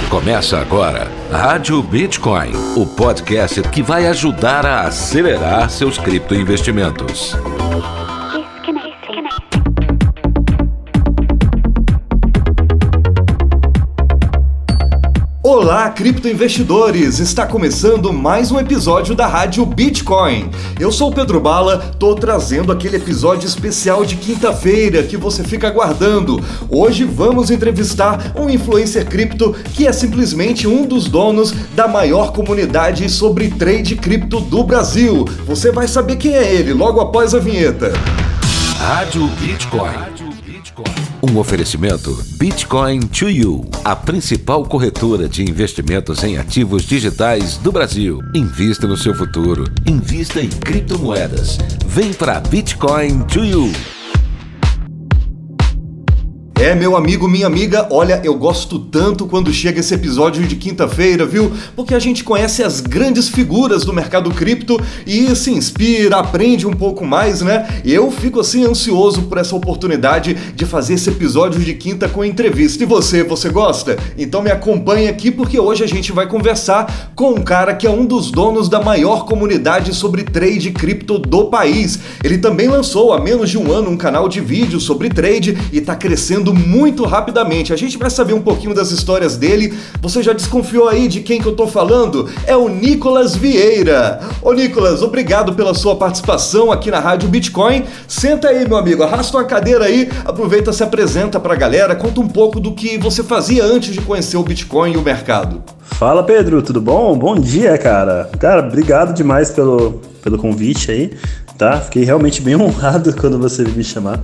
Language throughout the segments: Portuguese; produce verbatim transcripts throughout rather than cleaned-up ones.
Começa agora, Rádio Bitcoin, o podcast que vai ajudar a acelerar seus criptoinvestimentos. Olá, criptoinvestidores! Está começando mais um episódio da Rádio Bitcoin. Eu sou o Pedro Bala, tô trazendo aquele episódio especial de quinta-feira que você fica aguardando. Hoje vamos entrevistar um influencer cripto que é simplesmente um dos donos da maior comunidade sobre trade cripto do Brasil. Você vai saber quem é ele logo após a vinheta. Rádio Bitcoin. Um oferecimento Bitcoin to You, a principal corretora de investimentos em ativos digitais do Brasil. Invista no seu futuro. Invista em criptomoedas. Vem para Bitcoin to You. É, meu amigo, minha amiga, olha, eu gosto tanto quando chega esse episódio de quinta-feira, viu? Porque a gente conhece as grandes figuras do mercado cripto e se inspira, aprende um pouco mais, né? Eu fico assim ansioso por essa oportunidade de fazer esse episódio de quinta com entrevista. E você, você gosta? Então me acompanhe aqui porque hoje a gente vai conversar com um cara que é um dos donos da maior comunidade sobre trade cripto do país. Ele também lançou há menos de um ano um canal de vídeo sobre trade e tá crescendo muito rapidamente. A gente vai saber um pouquinho das histórias dele. Você já desconfiou aí de quem que eu tô falando? É o Nicolas Vieira. Ô Nicolas, obrigado pela sua participação aqui na Rádio Bitcoin. Senta aí, meu amigo, arrasta uma cadeira aí, aproveita, se apresenta pra galera, conta um pouco do que você fazia antes de conhecer o Bitcoin e o mercado. Fala, Pedro, tudo bom? Bom dia, cara. Cara, obrigado demais pelo, pelo convite aí, tá? Fiquei realmente bem honrado quando você me chamar.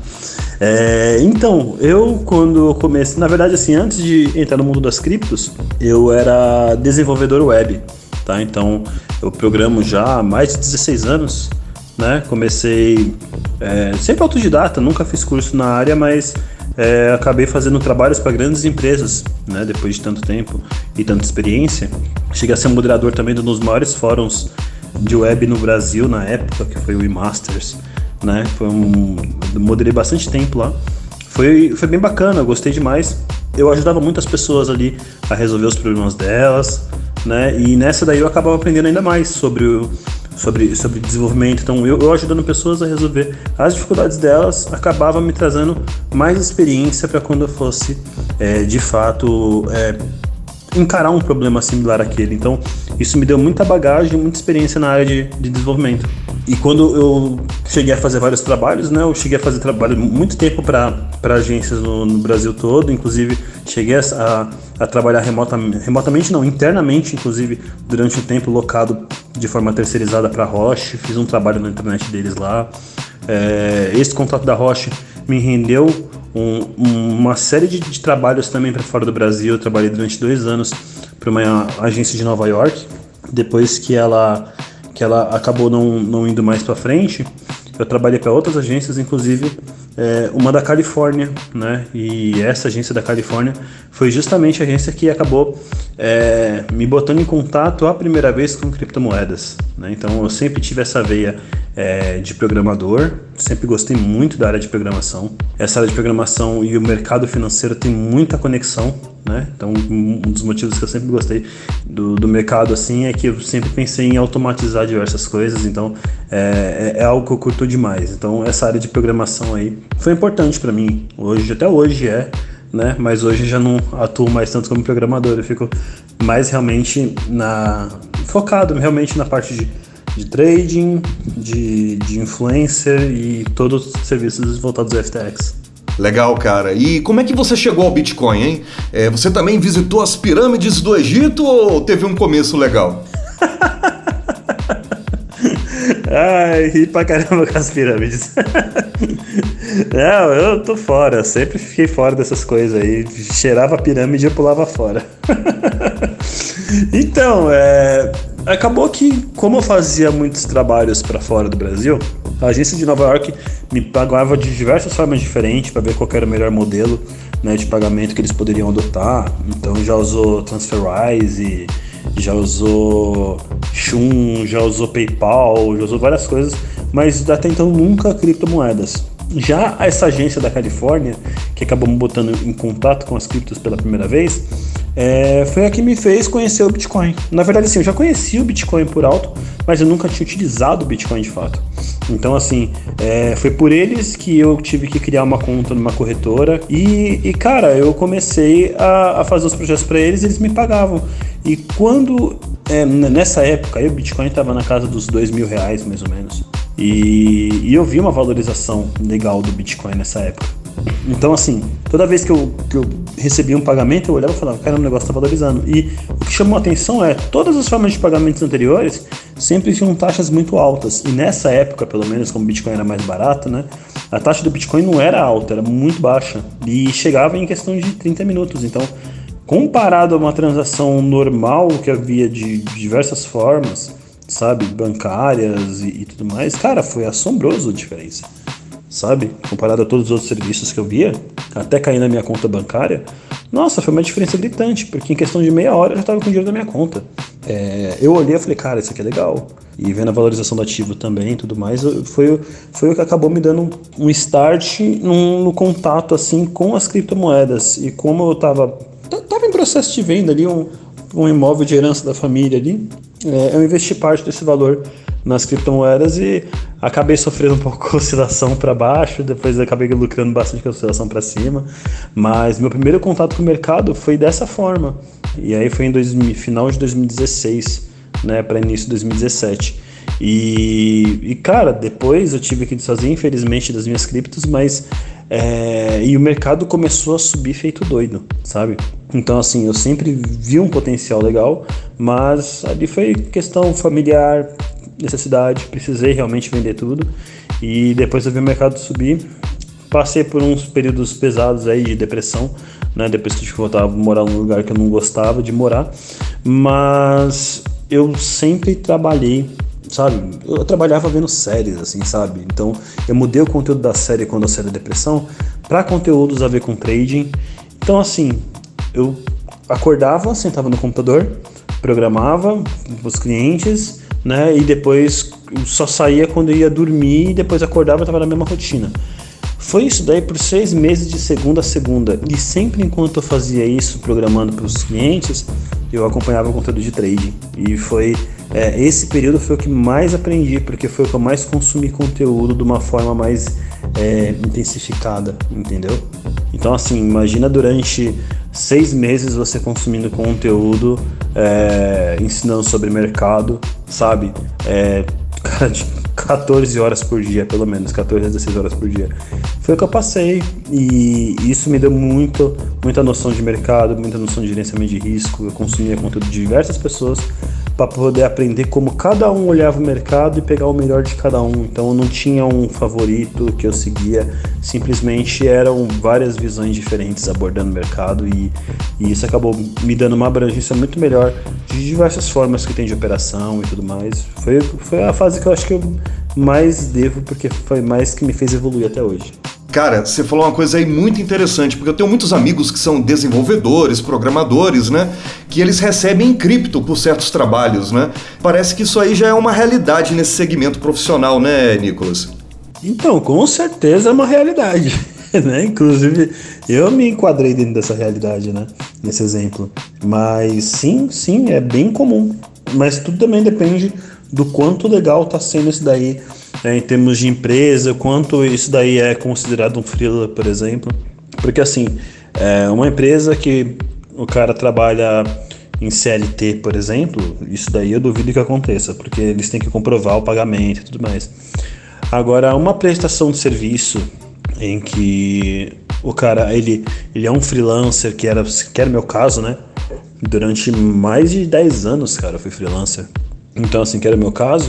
É, então, eu quando comecei, na verdade assim, antes de entrar no mundo das criptos, eu era desenvolvedor web, tá? Então, eu programo já há mais de dezesseis anos, né? Comecei é, sempre autodidata, nunca fiz curso na área, mas é, acabei fazendo trabalhos para grandes empresas, né? Depois de tanto tempo e tanta experiência. Cheguei a ser moderador também de um dos maiores fóruns de web no Brasil na época, que foi o eMasters, né? Foi um, eu moderei bastante tempo lá. Foi, foi bem bacana, eu gostei demais. Eu ajudava muitas pessoas ali a resolver os problemas delas, né? E nessa daí eu acabava aprendendo ainda mais sobre o, sobre, sobre desenvolvimento. Então eu, eu ajudando pessoas a resolver as dificuldades delas, acabava me trazendo mais experiência para quando eu fosse é, de fato é, encarar um problema similar àquele. Então isso me deu muita bagagem, muita experiência na área de, de desenvolvimento. E quando eu cheguei a fazer vários trabalhos, né, eu cheguei a fazer trabalho muito tempo para agências no, no Brasil todo, inclusive cheguei a, a trabalhar remotamente, remotamente não, internamente, inclusive durante um tempo locado de forma terceirizada para a Roche, fiz um trabalho na internet deles lá. É, esse contrato da Roche me rendeu um, uma série de, de trabalhos também para fora do Brasil. Eu trabalhei durante dois anos para uma agência de Nova York. Depois que ela, que ela acabou não, não indo mais para frente, eu trabalhei para outras agências, inclusive é, uma da Califórnia, né? E essa agência da Califórnia foi justamente a agência que acabou é, me botando em contato a primeira vez com criptomoedas, né? Então eu sempre tive essa veia é, de programador, sempre gostei muito da área de programação. Essa área de programação e o mercado financeiro tem muita conexão, né? Então um dos motivos que eu sempre gostei do, do mercado assim é que eu sempre pensei em automatizar diversas coisas. Então é, é algo que eu curto demais. Então essa área de programação aí foi importante para mim, hoje, até hoje é, né? Mas hoje eu já não atuo mais tanto como programador, eu fico mais realmente na, focado realmente na parte de, de trading, de, de influencer e todos os serviços voltados ao F T X. Legal, cara. E como é que você chegou ao Bitcoin, hein? É, você também visitou as pirâmides do Egito ou teve um começo legal? Ai, ri pra caramba com as pirâmides. Não, eu tô fora, sempre fiquei fora dessas coisas aí. Cheirava a pirâmide e eu pulava fora. Então, é, acabou que, como eu fazia muitos trabalhos pra fora do Brasil, a agência de Nova York me pagava de diversas formas diferentes para ver qual era o melhor modelo, né, de pagamento que eles poderiam adotar. Então já usou TransferWise, já usou Shun, já usou PayPal, já usou várias coisas, mas até então nunca criptomoedas. Já essa agência da Califórnia, que acabou me botando em contato com as criptos pela primeira vez, é, foi a que me fez conhecer o Bitcoin. Na verdade, assim, eu já conhecia o Bitcoin por alto, mas eu nunca tinha utilizado o Bitcoin de fato. Então, assim, é, foi por eles que eu tive que criar uma conta numa corretora e, e cara, eu comecei a, a fazer os projetos para eles e eles me pagavam. E quando, é, nessa época, aí o Bitcoin estava na casa dos dois mil reais, mais ou menos. E, e eu vi uma valorização legal do Bitcoin nessa época. Então, assim, toda vez que eu, que eu recebia um pagamento, eu olhava e falava, cara, o negócio está valorizando. E o que chamou a atenção é, todas as formas de pagamentos anteriores sempre tinham taxas muito altas. E nessa época, pelo menos, como o Bitcoin era mais barato, né, a taxa do Bitcoin não era alta, era muito baixa. E chegava em questão de trinta minutos. Então, comparado a uma transação normal que havia de diversas formas, sabe, bancárias e, e tudo mais, cara, foi assombroso a diferença. Sabe, comparado a todos os outros serviços que eu via, até cair na minha conta bancária, nossa, foi uma diferença gritante, porque em questão de meia hora eu já estava com dinheiro na minha conta. É, eu olhei e falei, cara, isso aqui é legal. E vendo a valorização do ativo também e tudo mais, foi, foi o que acabou me dando um, um start no, no contato assim, com as criptomoedas. E como eu estava tava em processo de venda ali, um, um imóvel de herança da família ali, é, eu investi parte desse valor nas criptomoedas e acabei sofrendo um pouco com oscilação para baixo, depois acabei lucrando bastante com a oscilação para cima, mas meu primeiro contato com o mercado foi dessa forma, e aí foi em dois mil, final de dois mil e dezesseis, né, para início de dois mil e dezessete, e, e cara, depois eu tive que desfazer infelizmente das minhas criptos, mas é, e o mercado começou a subir feito doido, sabe? Então assim, eu sempre vi um potencial legal, mas ali foi questão familiar, necessidade, precisei realmente vender tudo e depois eu vi o mercado subir, passei por uns períodos pesados aí de depressão, né, depois que eu voltava a morar num lugar que eu não gostava de morar, mas eu sempre trabalhei, sabe, eu trabalhava vendo séries, assim, sabe, então eu mudei o conteúdo da série quando eu saí da depressão para conteúdos a ver com trading, então assim, eu acordava, sentava no computador, programava os clientes, né, e depois só saía quando eu ia dormir e depois acordava e estava na mesma rotina. Foi isso daí por seis meses de segunda a segunda e sempre enquanto eu fazia isso programando para os clientes, eu acompanhava o conteúdo de trading e foi é, esse período foi o que mais aprendi, porque foi o que eu mais consumi conteúdo de uma forma mais é, intensificada, entendeu? Então assim, imagina durante seis meses você consumindo conteúdo, é, ensinando sobre mercado, sabe? É, cara, de quatorze horas por dia, pelo menos, quatorze a dezesseis horas por dia. Foi o que eu passei e isso me deu muito, muita noção de mercado, muita noção de gerenciamento de risco. Eu consumia conteúdo de diversas pessoas para poder aprender como cada um olhava o mercado e pegar o melhor de cada um. Então eu não tinha um favorito que eu seguia, simplesmente eram várias visões diferentes abordando o mercado e, e isso acabou me dando uma abrangência muito melhor de diversas formas que tem de operação e tudo mais. Foi, foi a fase que eu acho que eu mais devo, porque foi mais que me fez evoluir até hoje. Cara, você falou uma coisa aí muito interessante, porque eu tenho muitos amigos que são desenvolvedores, programadores, né? Que eles recebem em cripto por certos trabalhos, né? Parece que isso aí já é uma realidade nesse segmento profissional, né, Nicolas? Então, com certeza é uma realidade, né? Inclusive, eu me enquadrei dentro dessa realidade, né? Nesse exemplo. Mas sim, sim, é bem comum. Mas tudo também depende do quanto legal tá sendo isso daí, né, em termos de empresa, quanto isso daí é considerado um freela, por exemplo. Porque assim, é uma empresa que o cara trabalha em C L T, por exemplo, isso daí eu duvido que aconteça, porque eles têm que comprovar o pagamento e tudo mais. Agora, uma prestação de serviço em que o cara, ele, ele é um freelancer, que era, que era o meu caso, né? Durante mais de dez anos, cara, eu fui freelancer. Então, assim, que era o meu caso,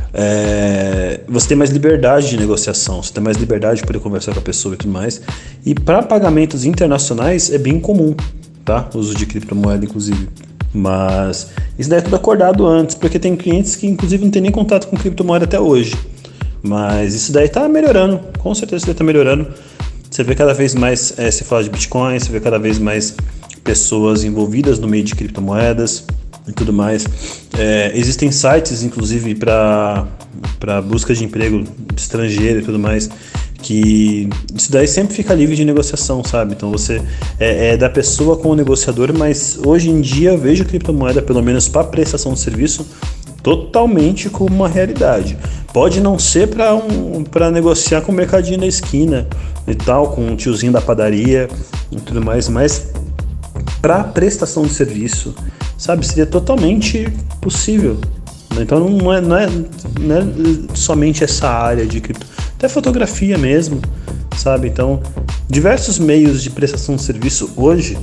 é, você tem mais liberdade de negociação, você tem mais liberdade de poder conversar com a pessoa e tudo mais. E para pagamentos internacionais é bem comum, tá? O uso de criptomoeda, inclusive. Mas isso daí é tudo acordado antes, porque tem clientes que, inclusive, não tem nem contato com criptomoeda até hoje. Mas isso daí tá melhorando, com certeza isso daí tá melhorando. Você vê cada vez mais é, se fala de Bitcoin, você vê cada vez mais pessoas envolvidas no meio de criptomoedas e tudo mais. É, existem sites, inclusive, para para busca de emprego estrangeiro e tudo mais, que isso daí sempre fica livre de negociação, sabe? Então você é, é da pessoa com o negociador, mas hoje em dia eu vejo criptomoeda, pelo menos para prestação de serviço, totalmente como uma realidade. Pode não ser para um, para negociar com o mercadinho da esquina e tal, com o tiozinho da padaria e tudo mais, mas para prestação de serviço, sabe, seria totalmente possível. Então não é, não é, não é somente essa área de cripto, até fotografia mesmo, sabe? Então diversos meios de prestação de serviço hoje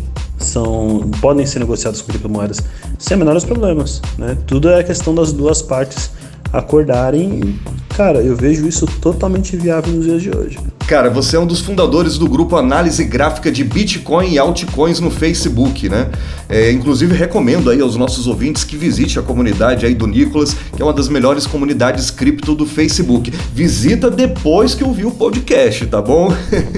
são, podem ser negociados com criptomoedas sem menores problemas, né? Tudo é questão das duas partes acordarem. Cara, eu vejo isso totalmente viável nos dias de hoje. Cara, você é um dos fundadores do grupo Análise Gráfica de Bitcoin e Altcoins no Facebook, né? É, inclusive recomendo aí aos nossos ouvintes que visite a comunidade aí do Nicolas, que é uma das melhores comunidades cripto do Facebook. Visita depois que ouvir o podcast, tá bom?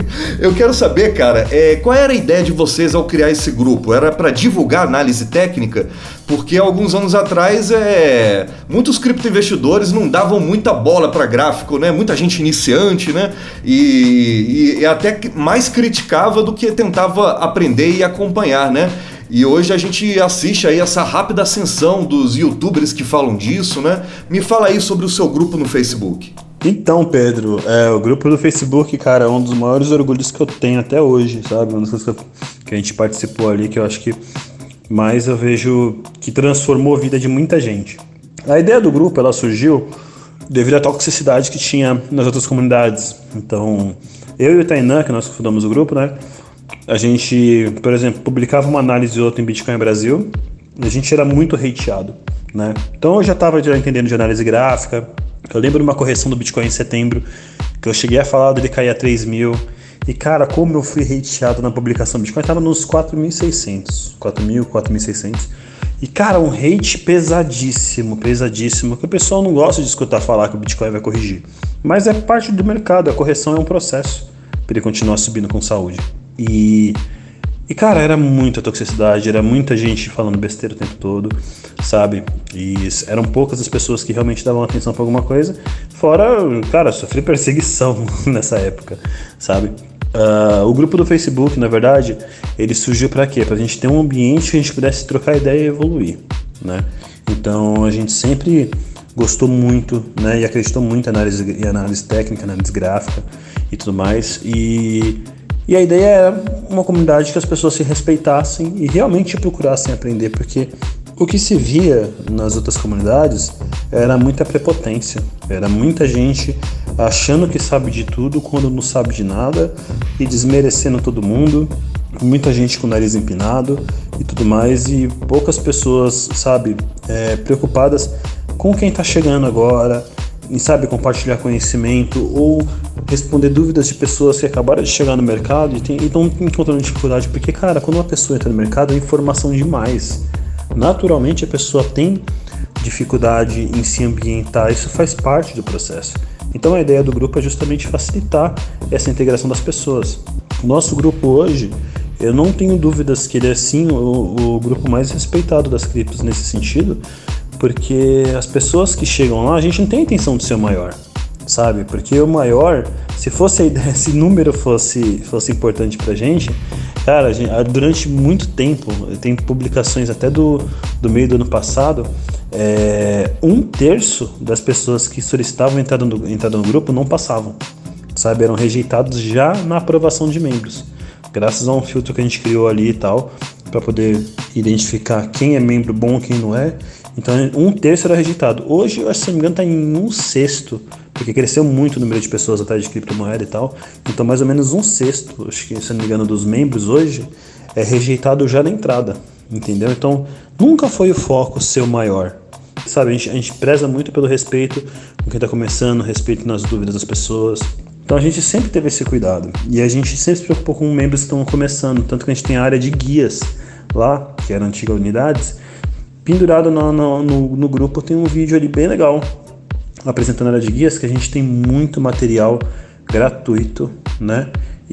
Eu quero saber, cara, é, qual era a ideia de vocês ao criar esse grupo? Era para divulgar análise técnica? Porque alguns anos atrás, é, muitos criptoinvestidores não davam muita bola para gráfico, né? Muita gente iniciante, né? E E, e até mais criticava do que tentava aprender e acompanhar, né? E hoje a gente assiste aí essa rápida ascensão dos youtubers que falam disso, né? Me fala aí sobre o seu grupo no Facebook. Então, Pedro, é, o grupo do Facebook, cara, é um dos maiores orgulhos que eu tenho até hoje, sabe? Uma das coisas que, eu, que a gente participou ali, que eu acho que mais eu vejo que transformou a vida de muita gente. A ideia do grupo, ela surgiu devido à toxicidade que tinha nas outras comunidades. Então, eu e o Tainan, que nós fundamos o grupo, né? A gente, por exemplo, publicava uma análise ou outra em Bitcoin Brasil, e a gente era muito hateado, né? Então eu já estava já entendendo de análise gráfica. Eu lembro de uma correção do Bitcoin em setembro, que eu cheguei a falar dele cair a três mil. E cara, como eu fui hateado na publicação do Bitcoin, estava nos quatro mil e seiscentos, quatro mil, quatro mil e seiscentos. E cara, um hate pesadíssimo, pesadíssimo, que o pessoal não gosta de escutar falar que o Bitcoin vai corrigir. Mas é parte do mercado, a correção é um processo para ele continuar subindo com saúde. E, e cara, era muita toxicidade, era muita gente falando besteira o tempo todo, sabe? E eram poucas as pessoas que realmente davam atenção para alguma coisa. Fora, cara, sofri perseguição nessa época, sabe? Uh, o grupo do Facebook, na verdade, ele surgiu para quê? Para a gente ter um ambiente que a gente pudesse trocar ideia e evoluir, né? Então a gente sempre gostou muito, né, e acreditou muito em análise, em análise técnica, análise gráfica e tudo mais. E, e a ideia era uma comunidade que as pessoas se respeitassem e realmente procurassem aprender, porque o que se via nas outras comunidades era muita prepotência, era muita gente achando que sabe de tudo quando não sabe de nada e desmerecendo todo mundo, muita gente com o nariz empinado e tudo mais, e poucas pessoas, sabe, é, preocupadas com quem está chegando agora, em, sabe, compartilhar conhecimento ou responder dúvidas de pessoas que acabaram de chegar no mercado e estão encontrando dificuldade, porque, cara, quando uma pessoa entra no mercado é informação demais. Naturalmente a pessoa tem dificuldade em se ambientar, isso faz parte do processo. Então a ideia do grupo é justamente facilitar essa integração das pessoas. O nosso grupo hoje, eu não tenho dúvidas que ele é sim o, o grupo mais respeitado das criptos nesse sentido, porque as pessoas que chegam lá, a gente não tem a intenção de ser o maior, sabe? Porque o maior, se fosse a ideia, se número fosse, fosse importante pra gente, cara, a gente, durante muito tempo, tem publicações até do, do meio do ano passado, é, um terço das pessoas que solicitavam entrada no, entrada no grupo não passavam, sabe? Eram rejeitados já na aprovação de membros, graças a um filtro que a gente criou ali e tal, para poder identificar quem é membro bom e quem não é. Então um terço era rejeitado. Hoje, eu acho que, se não me engano, está em um sexto, porque cresceu muito o número de pessoas atrás de criptomoeda e tal. Então mais ou menos um sexto, acho que, se não me engano, dos membros hoje é rejeitado já na entrada, entendeu? Então nunca foi o foco ser o maior, sabe? A gente, a gente preza muito pelo respeito com quem está começando, respeito nas dúvidas das pessoas. Então a gente sempre teve esse cuidado e a gente sempre se preocupou com membros que estão começando, tanto que a gente tem a área de guias lá, que era a antiga unidades. Pendurado no, no, no, no grupo tem um vídeo ali bem legal apresentando a área de guias, que a gente tem muito material gratuito, né?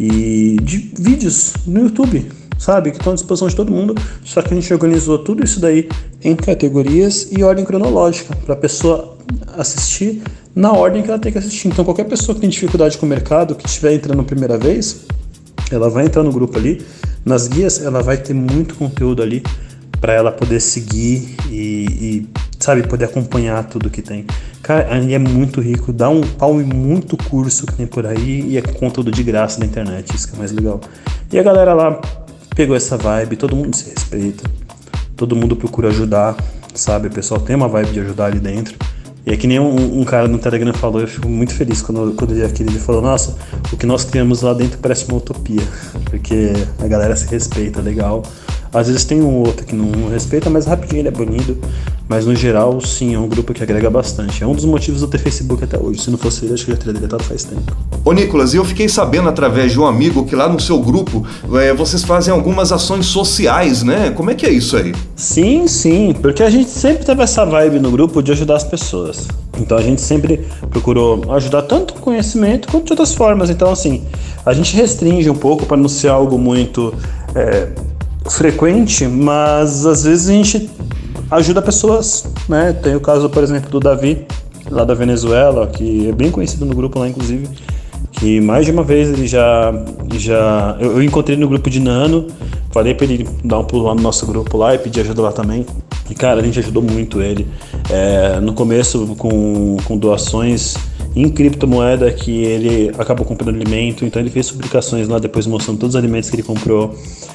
E de vídeos no YouTube, sabe? Que estão à disposição de todo mundo, só que a gente organizou tudo isso daí em categorias e ordem cronológica, para a pessoa assistir na ordem que ela tem que assistir. Então qualquer pessoa que tem dificuldade com o mercado, que estiver entrando a primeira vez, ela vai entrar no grupo ali, nas guias ela vai ter muito conteúdo ali para ela poder seguir e, e, sabe, poder acompanhar tudo que tem. Cara, ali é muito rico, dá um pau em muito curso que tem por aí e é conteúdo de graça na internet, isso que é mais legal. E a galera lá pegou essa vibe, todo mundo se respeita, todo mundo procura ajudar, sabe? O pessoal tem uma vibe de ajudar ali dentro. E é que nem um, um cara no Telegram falou, eu fico muito feliz quando, quando ele, aquele, ele falou, nossa, o que nós criamos lá dentro parece uma utopia, porque a galera se respeita, legal. Às vezes tem um outro que não respeita, mas rapidinho ele é banido. Mas no geral, sim, é um grupo que agrega bastante. É um dos motivos de eu ter Facebook até hoje. Se não fosse ele, acho que eu já teria deletado faz tempo. Ô Nicolas, e eu fiquei sabendo através de um amigo que lá no seu grupo é, vocês fazem algumas ações sociais, né? Como é que é isso aí? Sim, sim, porque a gente sempre teve essa vibe no grupo de ajudar as pessoas. Então a gente sempre procurou ajudar tanto com conhecimento quanto de outras formas. Então assim, a gente restringe um pouco para não ser algo muito é, frequente, mas às vezes a gente ajuda pessoas, né? Tem o caso, por exemplo, do Davi, lá da Venezuela, que é bem conhecido no grupo lá, inclusive, que mais de uma vez ele já... já eu, eu encontrei no grupo de Nano, falei pra ele dar um pulo lá no nosso grupo lá e pedir ajuda lá também. E, cara, a gente ajudou muito ele. É, no começo, com, com doações em criptomoeda, que ele acabou comprando alimento, então ele fez publicações lá depois mostrando todos os alimentos que ele comprou.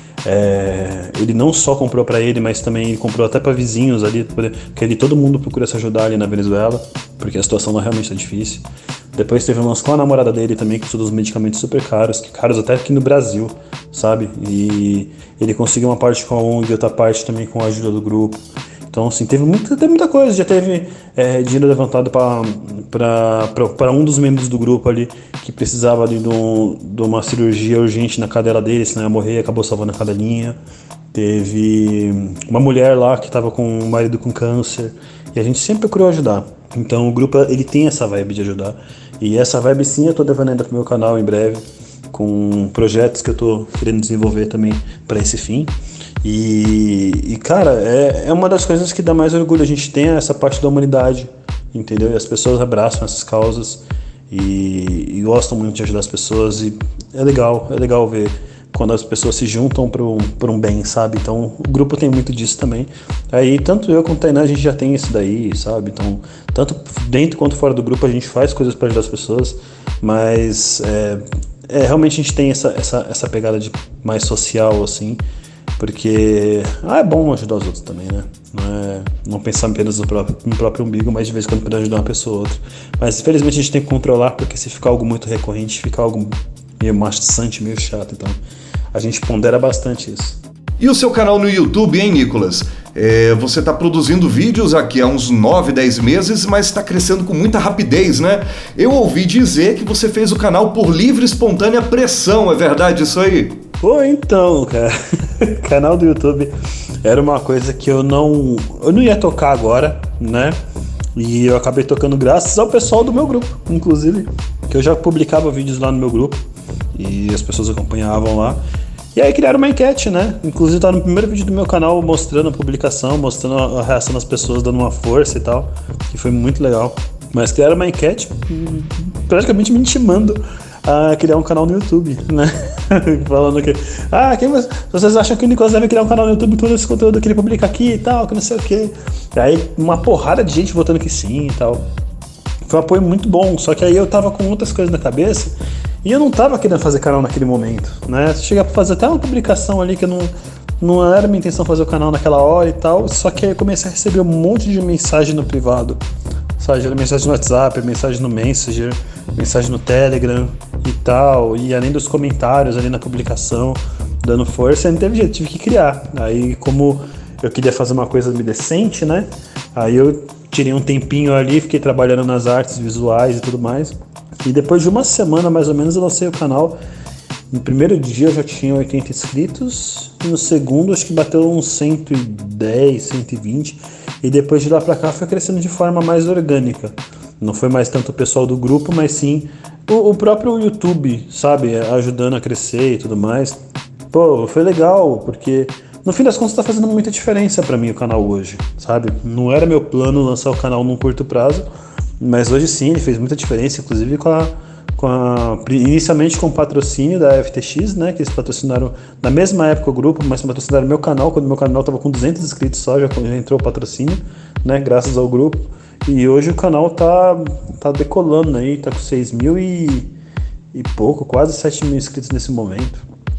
É, ele não só comprou para ele, mas também ele comprou até para vizinhos ali, porque ele, todo mundo procura se ajudar ali na Venezuela, porque a situação lá realmente está difícil. Depois teve umas com a namorada dele também, que estuda uns medicamentos super caros, que caros até aqui no Brasil, sabe? E ele conseguiu uma parte com a O N G, outra parte também com a ajuda do grupo. Então, assim, teve, muito, teve muita coisa. Já teve é, dinheiro levantado para um dos membros do grupo ali, que precisava ali de, um, de uma cirurgia urgente na cadela dele, senão ia morrer, acabou salvando a cadelinha. Teve uma mulher lá que estava com um marido com câncer, e a gente sempre procurou ajudar. Então, o grupo ele tem essa vibe de ajudar. E essa vibe, sim, eu estou devendo ainda pro meu canal em breve, com projetos que eu estou querendo desenvolver também para esse fim. E, e cara, é, é uma das coisas que dá mais orgulho. A gente tem essa parte da humanidade, entendeu? E as pessoas abraçam essas causas e, e gostam muito de ajudar as pessoas. E é legal, é legal ver quando as pessoas se juntam para um, para um bem, sabe? Então o grupo tem muito disso também. Aí tanto eu quanto a Tainá, a gente já tem isso daí, sabe? Então tanto dentro quanto fora do grupo a gente faz coisas para ajudar as pessoas, mas é, é, realmente a gente tem essa, essa, essa pegada de mais social, assim. Porque ah, é bom ajudar os outros também, né? Não, é, não pensar apenas no próprio, no próprio umbigo, mas de vez em quando poder ajudar uma pessoa ou outra. Mas infelizmente a gente tem que controlar, porque se ficar algo muito recorrente, fica algo meio maçante, meio chato. Então a gente pondera bastante isso. E o seu canal no YouTube, hein, Nicolas? É, você está produzindo vídeos aqui há uns nove, dez meses, mas está crescendo com muita rapidez, né? Eu ouvi dizer que você fez o canal por livre e espontânea pressão, é verdade isso aí? Pô, então, cara, canal do YouTube era uma coisa que eu não, eu não ia tocar agora, né? E eu acabei tocando graças ao pessoal do meu grupo, inclusive, que eu já publicava vídeos lá no meu grupo e as pessoas acompanhavam lá. E aí criaram uma enquete, né? Inclusive tá no primeiro vídeo do meu canal mostrando a publicação, mostrando a reação das pessoas, dando uma força e tal, que foi muito legal. Mas criaram uma enquete praticamente me intimando a criar um canal no YouTube, né? Falando que, ah, quem vocês acham que o Nicolas deve criar um canal no YouTube, todo esse conteúdo que ele publica aqui e tal, que não sei o quê. E aí uma porrada de gente votando que sim e tal. Foi um apoio muito bom, só que aí eu tava com outras coisas na cabeça e eu não tava querendo fazer canal naquele momento, né? Chegar pra fazer até uma publicação ali que eu não, não era minha intenção fazer o canal naquela hora e tal, só que aí eu comecei a receber um monte de mensagem no privado. Sabe, mensagem no WhatsApp, mensagem no Messenger, mensagem no Telegram e tal, e além dos comentários ali na publicação, dando força, não teve jeito, tive que criar. Aí como eu queria fazer uma coisa decente, né, aí eu tirei um tempinho ali, fiquei trabalhando nas artes visuais e tudo mais, e depois de uma semana mais ou menos eu lancei o canal. No primeiro dia eu já tinha oitenta inscritos, e no segundo acho que bateu uns cento e dez, cento e vinte, e depois de lá pra cá foi crescendo de forma mais orgânica. Não foi mais tanto o pessoal do grupo, mas sim o, o próprio YouTube, sabe, ajudando a crescer e tudo mais. Pô, foi legal, porque no fim das contas tá fazendo muita diferença pra mim o canal hoje, sabe? Não era meu plano lançar o canal num curto prazo, mas hoje sim, ele fez muita diferença, inclusive com a, com a inicialmente com o patrocínio da F T X, né, que eles patrocinaram na mesma época o grupo, mas patrocinaram meu canal, quando meu canal estava com duzentos inscritos só, já, já entrou o patrocínio, né, graças ao grupo, e hoje o canal tá, tá decolando aí, tá com seis mil e, e pouco, quase sete mil inscritos nesse momento,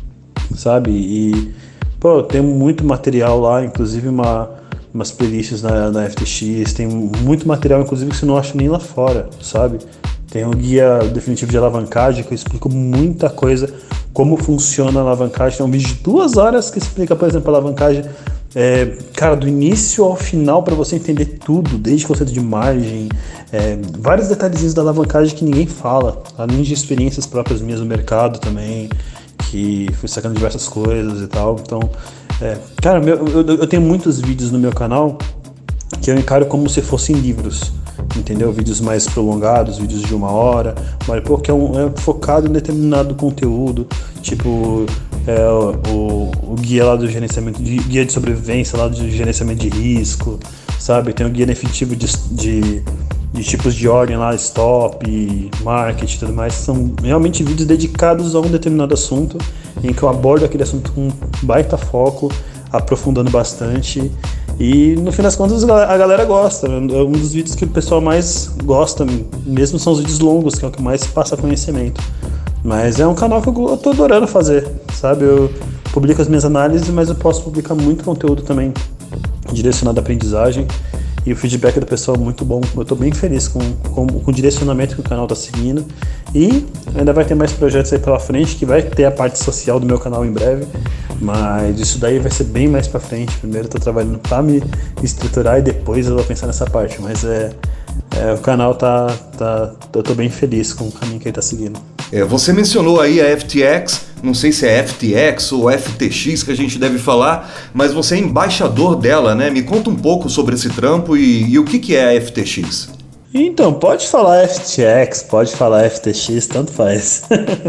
sabe, e pô, tem muito material lá, inclusive uma, umas playlists na, na F T X, tem muito material, inclusive, que você não acha nem lá fora, sabe? Tem um guia definitivo de alavancagem, que eu explico muita coisa, como funciona a alavancagem. Tem um vídeo de duas horas que explica, por exemplo, a alavancagem, é, cara, do início ao final, para você entender tudo, desde conceito de margem, é, vários detalhezinhos da alavancagem que ninguém fala, além de experiências próprias minhas no mercado também, que fui sacando diversas coisas e tal. Então, é, cara, meu, eu, eu tenho muitos vídeos no meu canal que eu encaro como se fossem livros, entendeu? Vídeos mais prolongados, vídeos de uma hora, mas pô, que é, um, é focado em determinado conteúdo, tipo é, o, o guia lá do gerenciamento, de, guia de sobrevivência lá do gerenciamento de risco, sabe? Tem o guia definitivo de, de de tipos de ordem lá, stop, market e tudo mais. São realmente vídeos dedicados a um determinado assunto, em que eu abordo aquele assunto com baita foco, aprofundando bastante, e no fim das contas a galera gosta. É um dos vídeos que o pessoal mais gosta, mesmo são os vídeos longos, que é o que mais passa conhecimento. Mas é um canal que eu tô adorando fazer, sabe? Eu publico as minhas análises, mas eu posso publicar muito conteúdo também direcionado à aprendizagem. E o feedback do pessoal é muito bom. Eu estou bem feliz com, com, com o direcionamento que o canal está seguindo. E ainda vai ter mais projetos aí pela frente, que vai ter a parte social do meu canal em breve. Mas isso daí vai ser bem mais para frente. Primeiro eu estou trabalhando para me estruturar e depois eu vou pensar nessa parte. Mas é, é o canal tá, tá... eu estou bem feliz com o caminho que ele está seguindo. É, você mencionou aí a F T X, não sei se é F T X ou F T X que a gente deve falar, mas você é embaixador dela, né? Me conta um pouco sobre esse trampo e, e o que, que é a F T X. Então, pode falar F T X, pode falar F T X, tanto faz.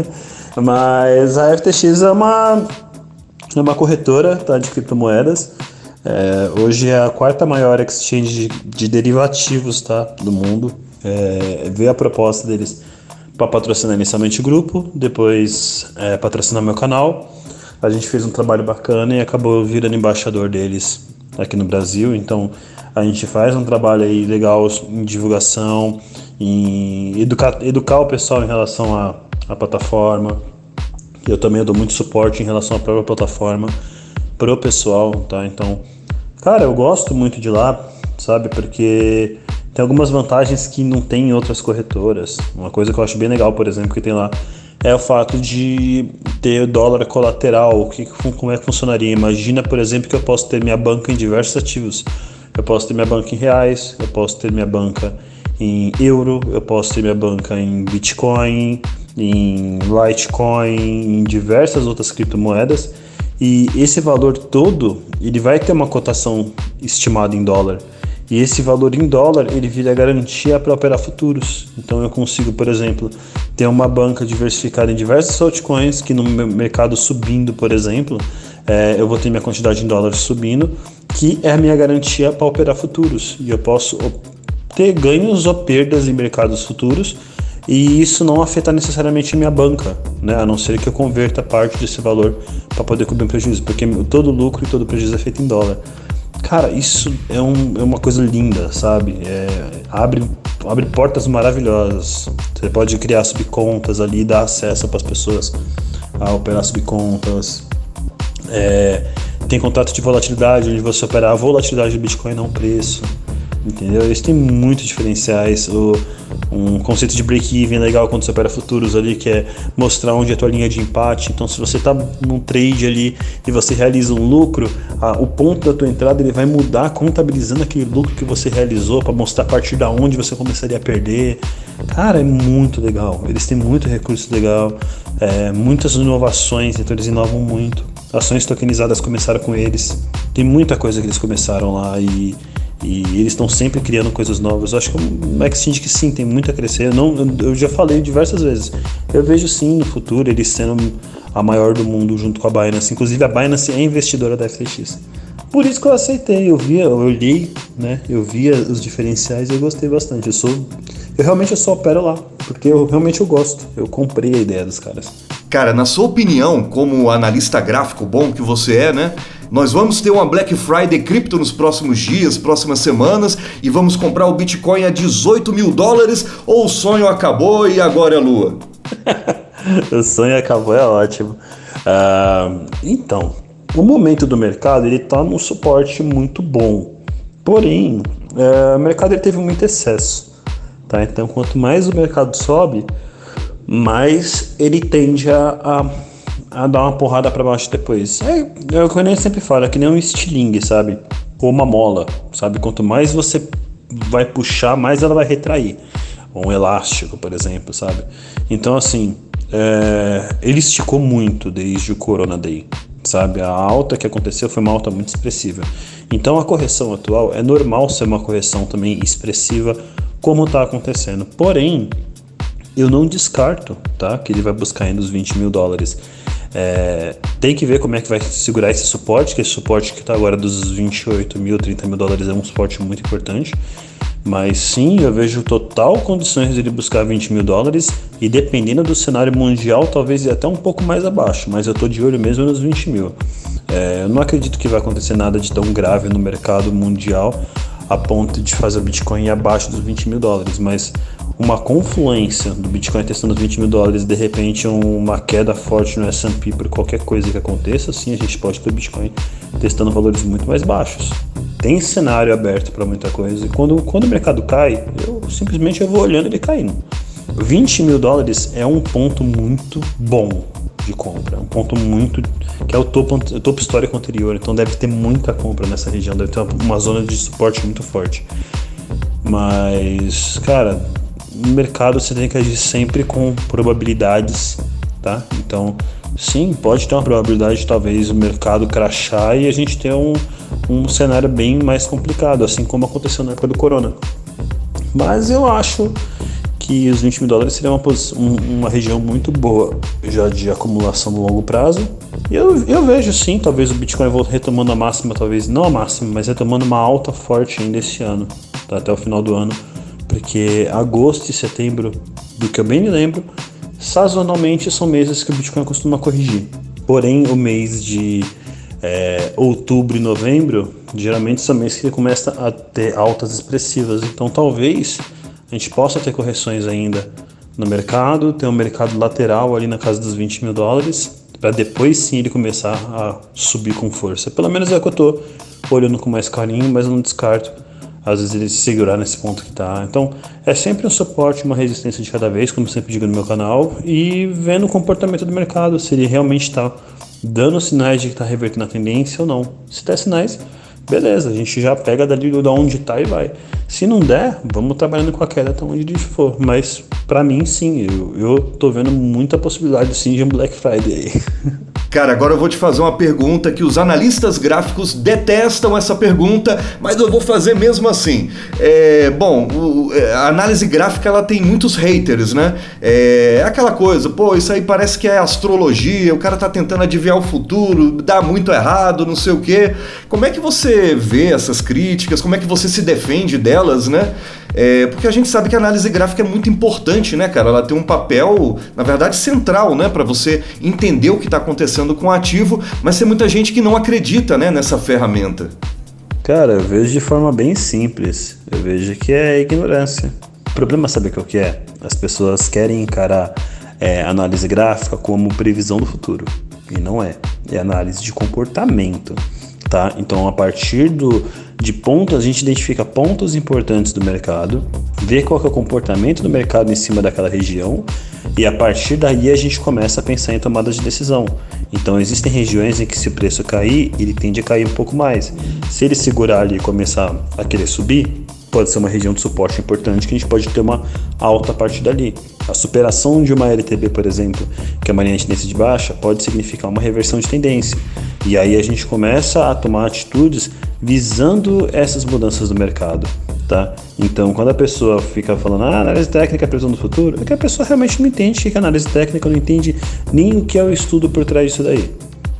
Mas a F T X é uma, é uma corretora, tá, de criptomoedas. É, hoje é a quarta maior exchange de, de derivativos, tá, do mundo. É, veio a proposta deles para patrocinar inicialmente o grupo, depois é, patrocinar meu canal. A gente fez um trabalho bacana e acabou virando embaixador deles aqui no Brasil. Então a gente faz um trabalho aí legal em divulgação, em educar, educar o pessoal em relação à, à plataforma. Eu também dou muito suporte em relação à própria plataforma pro pessoal, tá? Então, cara, eu gosto muito de lá, sabe? Porque tem algumas vantagens que não tem em outras corretoras. Uma coisa que eu acho bem legal, por exemplo, que tem lá, é o fato de ter dólar colateral. Que, como é que funcionaria? Imagina, por exemplo, que eu posso ter minha banca em diversos ativos. Eu posso ter minha banca em reais, eu posso ter minha banca em euro, eu posso ter minha banca em Bitcoin, em Litecoin, em diversas outras criptomoedas. E esse valor todo, ele vai ter uma cotação estimada em dólar. E esse valor em dólar, ele vira garantia para operar futuros. Então eu consigo, por exemplo, ter uma banca diversificada em diversos altcoins, que no mercado subindo, por exemplo, é, eu vou ter minha quantidade em dólares subindo, que é a minha garantia para operar futuros. E eu posso ter ganhos ou perdas em mercados futuros, e isso não afeta necessariamente a minha banca, né? A não ser que eu converta parte desse valor para poder cobrir um prejuízo, porque todo lucro e todo prejuízo é feito em dólar. Cara, isso é, um, é uma coisa linda, sabe? É, abre, abre portas maravilhosas. Você pode criar subcontas ali e dar acesso para as pessoas a operar subcontas. É, tem contrato de volatilidade, onde você opera a volatilidade do Bitcoin, não o preço. Entendeu? Isso tem muitos diferenciais. O, um conceito de break-even legal quando você opera futuros ali, que é mostrar onde é a tua linha de empate. Então, se você está num trade ali e você realiza um lucro, a, o ponto da tua entrada ele vai mudar contabilizando aquele lucro que você realizou para mostrar a partir da onde você começaria a perder. Cara, é muito legal. Eles têm muito recurso legal, é, muitas inovações, então eles inovam muito. Ações tokenizadas começaram com eles. Tem muita coisa que eles começaram lá e E eles estão sempre criando coisas novas. Eu acho que é um exchange que sim, tem muito a crescer. Eu, não, eu já falei diversas vezes. Eu vejo sim no futuro eles sendo a maior do mundo junto com a Binance. Inclusive a Binance é investidora da F T X. Por isso que eu aceitei, eu via, eu olhei, né? Eu via os diferenciais e eu gostei bastante. Eu sou, eu realmente eu só opero lá, porque eu realmente eu gosto. Eu comprei a ideia dos caras. Cara, na sua opinião, como analista gráfico bom que você é, né? Nós vamos ter uma Black Friday Crypto nos próximos dias, próximas semanas, e vamos comprar o Bitcoin a dezoito mil dólares, ou o sonho acabou e agora é lua? O sonho acabou, é ótimo. Uh, então, o momento do mercado, ele está num suporte muito bom. Porém, uh, o mercado ele teve muito excesso. Tá? Então, quanto mais o mercado sobe, mais ele tende a... a a dar uma porrada pra baixo depois. É, é o que eu nem sempre falo, é que nem um estilingue, sabe? Ou uma mola, sabe? Quanto mais você vai puxar, mais ela vai retrair. Ou um elástico, por exemplo, sabe? Então, assim, é, ele esticou muito desde o Corona Day, sabe? A alta que aconteceu foi uma alta muito expressiva. Então, a correção atual é normal ser uma correção também expressiva, como está acontecendo. Porém, eu não descarto, tá? Que ele vai buscar ainda os vinte mil dólares. É, tem que ver como é que vai segurar esse suporte, que esse suporte que está agora dos vinte e oito mil, trinta mil dólares é um suporte muito importante. Mas sim, eu vejo total condições de ele buscar vinte mil dólares e dependendo do cenário mundial, talvez até um pouco mais abaixo, mas eu estou de olho mesmo nos vinte mil. É, eu não acredito que vai acontecer nada de tão grave no mercado mundial a ponto de fazer o Bitcoin abaixo dos vinte mil dólares, mas uma confluência do Bitcoin testando os vinte mil dólares, de repente uma queda forte no S and P por qualquer coisa que aconteça, sim, a gente pode ter o Bitcoin testando valores muito mais baixos. Tem cenário aberto para muita coisa, e quando, quando o mercado cai, eu simplesmente eu vou olhando ele caindo. vinte mil dólares é um ponto muito bom de compra, um ponto muito, que é o topo, o topo histórico anterior, então deve ter muita compra nessa região, deve ter uma, uma zona de suporte muito forte. Mas, cara, no mercado você tem que agir sempre com probabilidades, tá? Então, sim, pode ter uma probabilidade de talvez o mercado crashar e a gente ter um, um cenário bem mais complicado, assim como aconteceu na época do Corona. Mas eu acho que os vinte mil dólares seria uma, uma região muito boa já de acumulação no longo prazo. E eu, eu vejo sim, talvez o Bitcoin volte retomando a máxima, talvez não a máxima, mas retomando uma alta forte ainda esse ano, tá? Até o final do ano. Porque agosto e setembro, do que eu bem me lembro, sazonalmente são meses que o Bitcoin costuma corrigir. Porém, o mês de é, outubro e novembro, geralmente são meses que começa a ter altas expressivas. Então, talvez a gente possa ter correções ainda no mercado, ter um mercado lateral ali na casa dos vinte mil dólares, para depois sim ele começar a subir com força. Pelo menos é o que eu estou olhando com mais carinho, mas eu não descarto às vezes ele se segurar nesse ponto que está. Então é sempre um suporte, uma resistência de cada vez, como eu sempre digo no meu canal, e vendo o comportamento do mercado, se ele realmente está dando sinais de que está revertendo a tendência ou não. Se der sinais, beleza, a gente já pega dali de onde está e vai. Se não der, vamos trabalhando com a queda até onde a gente for. Mas pra mim sim, eu, eu tô vendo muita possibilidade sim de um Black Friday aí. Cara, agora eu vou te fazer uma pergunta que os analistas gráficos detestam essa pergunta, mas eu vou fazer mesmo assim. É, bom, o, a análise gráfica ela tem muitos haters, né? É, é aquela coisa, pô, isso aí parece que é astrologia, o cara tá tentando adivinhar o futuro, dá muito errado, não sei o quê. Como é que você vê essas críticas? Como é que você se defende delas, né? É, porque a gente sabe que a análise gráfica é muito importante, né, cara? Ela tem um papel, na verdade, central, né, para você entender o que está acontecendo com o ativo, mas tem muita gente que não acredita, né, nessa ferramenta. Cara, eu vejo de forma bem simples. Eu vejo que é ignorância. O problema, sabe o que é? As pessoas querem encarar é, análise gráfica como previsão do futuro. E não é. É análise de comportamento. Tá? Então, a partir do, de pontos, a gente identifica pontos importantes do mercado, vê qual que é o comportamento do mercado em cima daquela região e a partir daí a gente começa a pensar em tomadas de decisão. Então, existem regiões em que se o preço cair, ele tende a cair um pouco mais. Se ele segurar ali e começar a querer subir, pode ser uma região de suporte importante que a gente pode ter uma alta a partir dali. A superação de uma L T B, por exemplo, que é uma linha de tendência de baixa, pode significar uma reversão de tendência. E aí a gente começa a tomar atitudes visando essas mudanças do mercado, tá? Então, quando a pessoa fica falando, ah, análise técnica é previsão do futuro, é que a pessoa realmente não entende o que é análise técnica, não entende nem o que é o estudo por trás disso daí.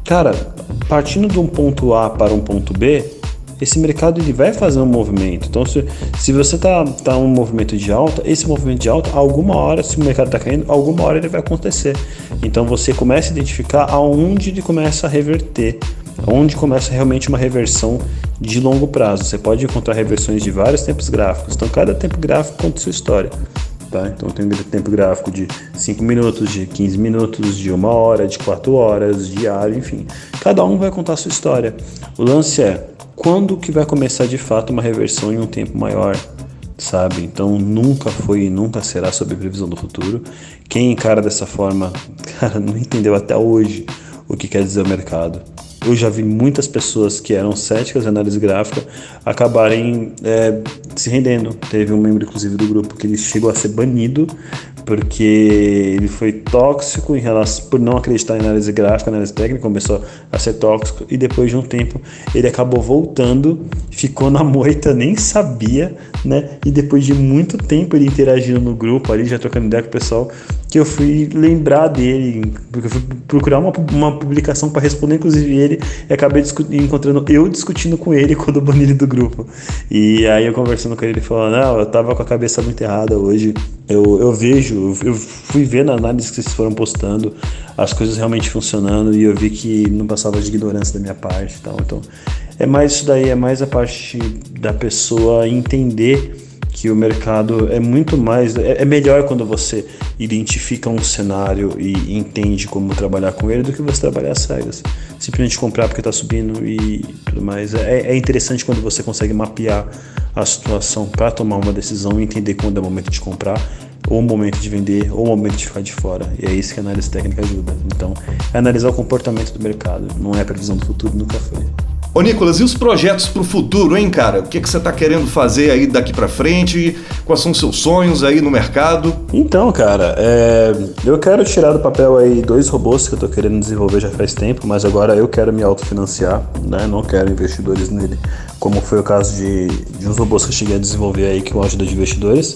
cara, partindo de um ponto A para um ponto B, esse mercado ele vai fazer um movimento. Então, se, se você tá, tá um movimento de alta, esse movimento de alta, alguma hora, se o mercado está caindo, alguma hora ele vai acontecer. Então, você começa a identificar aonde ele começa a reverter, onde começa realmente uma reversão de longo prazo. Você pode encontrar reversões de vários tempos gráficos. Então, cada tempo gráfico conta sua história. Tá? Então, tem um tempo gráfico de cinco minutos, de quinze minutos, de uma hora, de quatro horas, diário, enfim. Cada um vai contar a sua história. O lance é, quando que vai começar de fato uma reversão em um tempo maior, sabe? Então nunca foi e nunca será sobre previsão do futuro. Quem encara dessa forma, cara, não entendeu até hoje o que quer dizer o mercado. Eu já vi muitas pessoas que eram céticas de análise gráfica acabarem é, se rendendo. Teve um membro, inclusive, do grupo que ele chegou a ser banido porque ele foi tóxico em relação, por não acreditar em análise gráfica, análise técnica, começou a ser tóxico e depois de um tempo ele acabou voltando, ficou na moita, nem sabia, né? E depois de muito tempo ele interagindo no grupo ali, já trocando ideia com o pessoal, que eu fui lembrar dele, porque eu fui procurar uma, uma publicação para responder, inclusive ele, e acabei encontrando eu discutindo com ele quando eu bani ele do grupo. E aí eu conversando com ele, ele falou, não, eu tava com a cabeça muito errada hoje, eu, eu vejo, eu fui ver na análise que vocês foram postando, as coisas realmente funcionando, e eu vi que não passava de ignorância da minha parte e tal. Então, é mais isso daí, é mais a parte da pessoa entender que o mercado é muito mais, é, é melhor quando você identifica um cenário e entende como trabalhar com ele do que você trabalhar às cegas. Simplesmente comprar porque está subindo e tudo mais. É, é interessante quando você consegue mapear a situação para tomar uma decisão e entender quando é o momento de comprar, ou o momento de vender, ou o momento de ficar de fora. E é isso que a análise técnica ajuda. Então, é analisar o comportamento do mercado, não é previsão do futuro, nunca foi. Ô Nicolas, e os projetos pro futuro, hein, cara? O que, que você tá querendo fazer aí daqui pra frente? Quais são os seus sonhos aí no mercado? Então, cara, é... eu quero tirar do papel aí dois robôs que eu tô querendo desenvolver já faz tempo, mas agora eu quero me autofinanciar, né? Não quero investidores nele, como foi o caso de, de uns robôs que eu cheguei a desenvolver aí com a ajuda de investidores.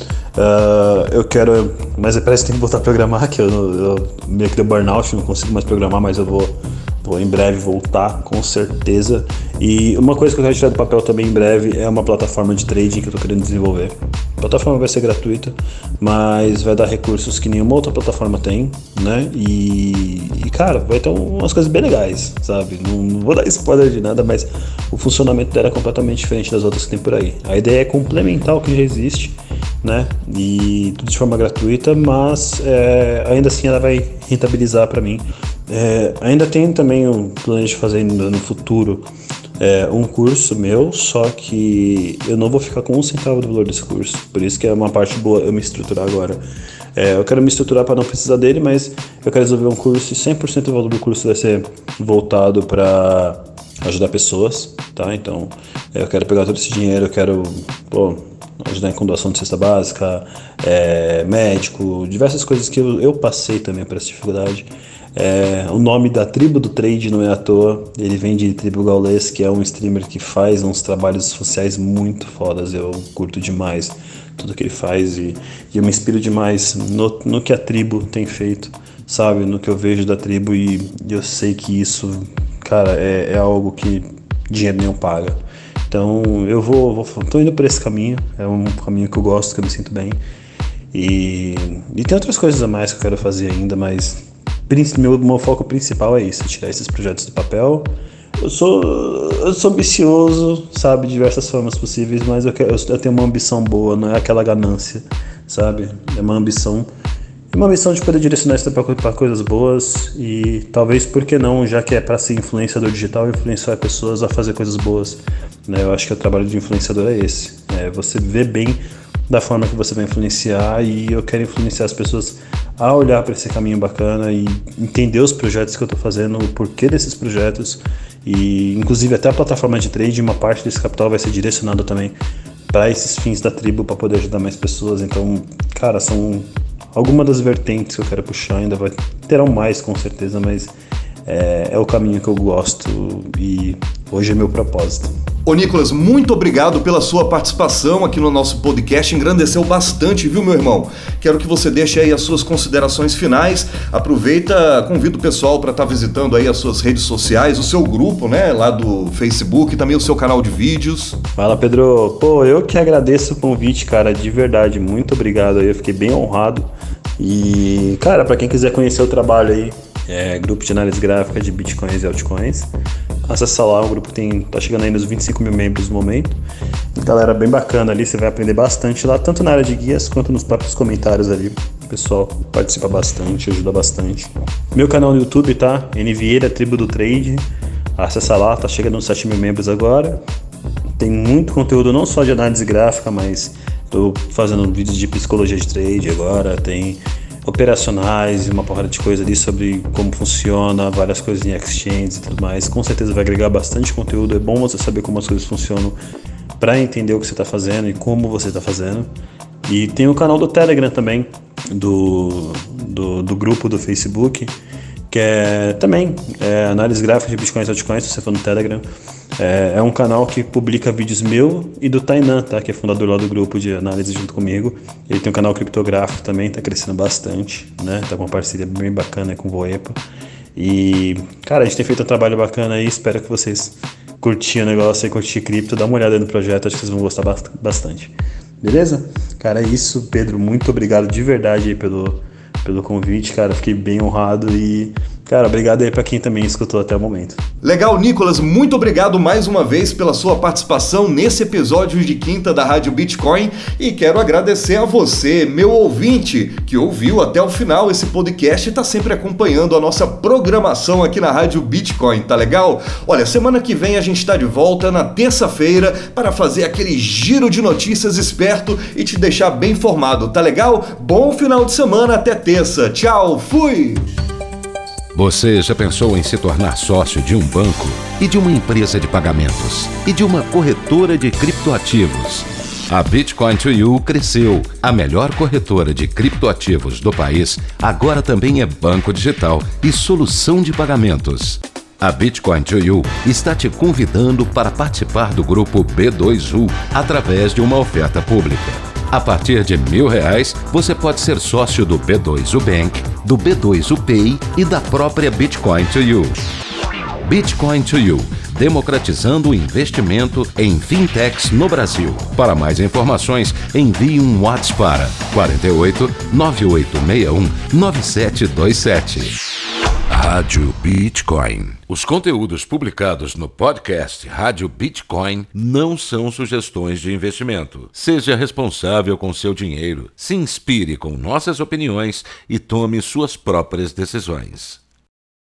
Uh, eu quero, mas parece que tem que voltar a programar, que eu, eu meio que deu burnout, não consigo mais programar, mas eu vou Vou em breve voltar, com certeza. E uma coisa que eu quero tirar do papel também em breve é uma plataforma de trading que eu estou querendo desenvolver. A plataforma vai ser gratuita, mas vai dar recursos que nenhuma outra plataforma tem, né? E, e cara, vai ter umas coisas bem legais, sabe? Não, não vou dar spoiler de nada, mas o funcionamento dela é completamente diferente das outras que tem por aí. A ideia é complementar o que já existe, né? E tudo de forma gratuita, mas é, ainda assim ela vai rentabilizar para mim. É, ainda tem também um plano de fazer no futuro é, um curso meu, só que eu não vou ficar com um centavo do valor desse curso, por isso que é uma parte boa eu me estruturar agora. É, eu quero me estruturar para não precisar dele, mas eu quero desenvolver um curso e cem por cento do valor do curso vai ser voltado para ajudar pessoas, tá? Então é, eu quero pegar todo esse dinheiro, eu quero pô, ajudar em doação de cesta básica, é, médico, diversas coisas que eu, eu passei também por essa dificuldade. É, o nome da Tribo do Trade não é à toa, ele vem de Tribo Gaulês, que é um streamer que faz uns trabalhos sociais muito fodas, eu curto demais tudo que ele faz e, e eu me inspiro demais no, no que a tribo tem feito, sabe, no que eu vejo da tribo e eu sei que isso, cara, é, é algo que dinheiro nenhum paga. Então eu vou, vou tô indo por esse caminho, é um caminho que eu gosto, que eu me sinto bem e, e tem outras coisas a mais que eu quero fazer ainda, mas Meu, meu foco principal é isso, tirar esses projetos do papel. Eu sou, eu sou ambicioso, sabe, de diversas formas possíveis, mas eu, quero, eu tenho uma ambição boa, não é aquela ganância, sabe? É uma ambição, uma ambição de poder direcionar isso para coisas boas e talvez, por que não, já que é para ser influenciador digital, influenciar pessoas a fazer coisas boas, né? Eu acho que o trabalho de influenciador é esse, é você ver bem da forma que você vai influenciar e eu quero influenciar as pessoas a olhar para esse caminho bacana e entender os projetos que eu estou fazendo, o porquê desses projetos e inclusive até a plataforma de trade, uma parte desse capital vai ser direcionada também para esses fins da tribo, para poder ajudar mais pessoas. Então, cara, são algumas das vertentes que eu quero puxar, ainda vai, terão mais com certeza, mas é, é o caminho que eu gosto e hoje é meu propósito. Ô Nicolas, muito obrigado pela sua participação aqui no nosso podcast, engrandeceu bastante, viu, meu irmão? Quero que você deixe aí as suas considerações finais, aproveita, convido o pessoal para estar tá visitando aí as suas redes sociais, o seu grupo, né, lá do Facebook, também o seu canal de vídeos. Fala, Pedro. Pô, eu que agradeço o convite, cara, de verdade, muito obrigado aí, eu fiquei bem honrado. E, cara, para quem quiser conhecer o trabalho aí, é grupo de análise gráfica de Bitcoins e altcoins, acessa lá, o grupo tem, tá chegando aí nos vinte e cinco mil membros no momento. Galera bem bacana ali, você vai aprender bastante lá, tanto na área de guias quanto nos próprios comentários ali. O pessoal participa bastante, ajuda bastante. Meu canal no YouTube, tá? N Vieira, Tribo do Trade. Acessa lá, tá chegando nos sete mil membros agora. Tem muito conteúdo, não só de análise gráfica, mas tô fazendo vídeos de psicologia de trade agora, tem operacionais e uma porrada de coisa ali sobre como funciona, várias coisas em exchanges e tudo mais. Com certeza vai agregar bastante conteúdo, é bom você saber como as coisas funcionam para entender o que você está fazendo e como você está fazendo. E tem o canal do Telegram também, do, do, do grupo do Facebook, que é também é, análise gráfica de Bitcoins e altcoins, se você for no Telegram. É, é um canal que publica vídeos meu e do Tainan, tá? Que é fundador lá do grupo de análise junto comigo. Ele tem um canal criptográfico também, tá crescendo bastante, né? Tá com uma parceria bem bacana com o Voepa. E, cara, a gente tem feito um trabalho bacana aí, espero que vocês curtiam o negócio e curtir cripto, dá uma olhada aí no projeto, acho que vocês vão gostar bastante. Beleza? Cara, é isso, Pedro, muito obrigado de verdade aí pelo, pelo convite, cara, fiquei bem honrado e... Cara, obrigado aí pra quem também escutou até o momento. Legal, Nicolas, muito obrigado mais uma vez pela sua participação nesse episódio de quinta da Rádio Bitcoin e quero agradecer a você, meu ouvinte, que ouviu até o final esse podcast e tá sempre acompanhando a nossa programação aqui na Rádio Bitcoin, tá legal? Olha, semana que vem a gente tá de volta na terça-feira para fazer aquele giro de notícias esperto e te deixar bem informado, tá legal? Bom final de semana, até terça. Tchau, fui! Você já pensou em se tornar sócio de um banco e de uma empresa de pagamentos e de uma corretora de criptoativos? A Bitcoin to You cresceu. A melhor corretora de criptoativos do país agora também é banco digital e solução de pagamentos. A Bitcoin to You está te convidando para participar do grupo B dois U através de uma oferta pública. A partir de mil reais, você pode ser sócio do B dois U Bank, do B dois U Pay e da própria Bitcoin to You. Bitcoin to You, democratizando o investimento em fintechs no Brasil. Para mais informações, envie um WhatsApp para quatro oito nove oito seis um nove sete dois sete. Rádio Bitcoin. Os conteúdos publicados no podcast Rádio Bitcoin não são sugestões de investimento. Seja responsável com seu dinheiro, se inspire com nossas opiniões e tome suas próprias decisões.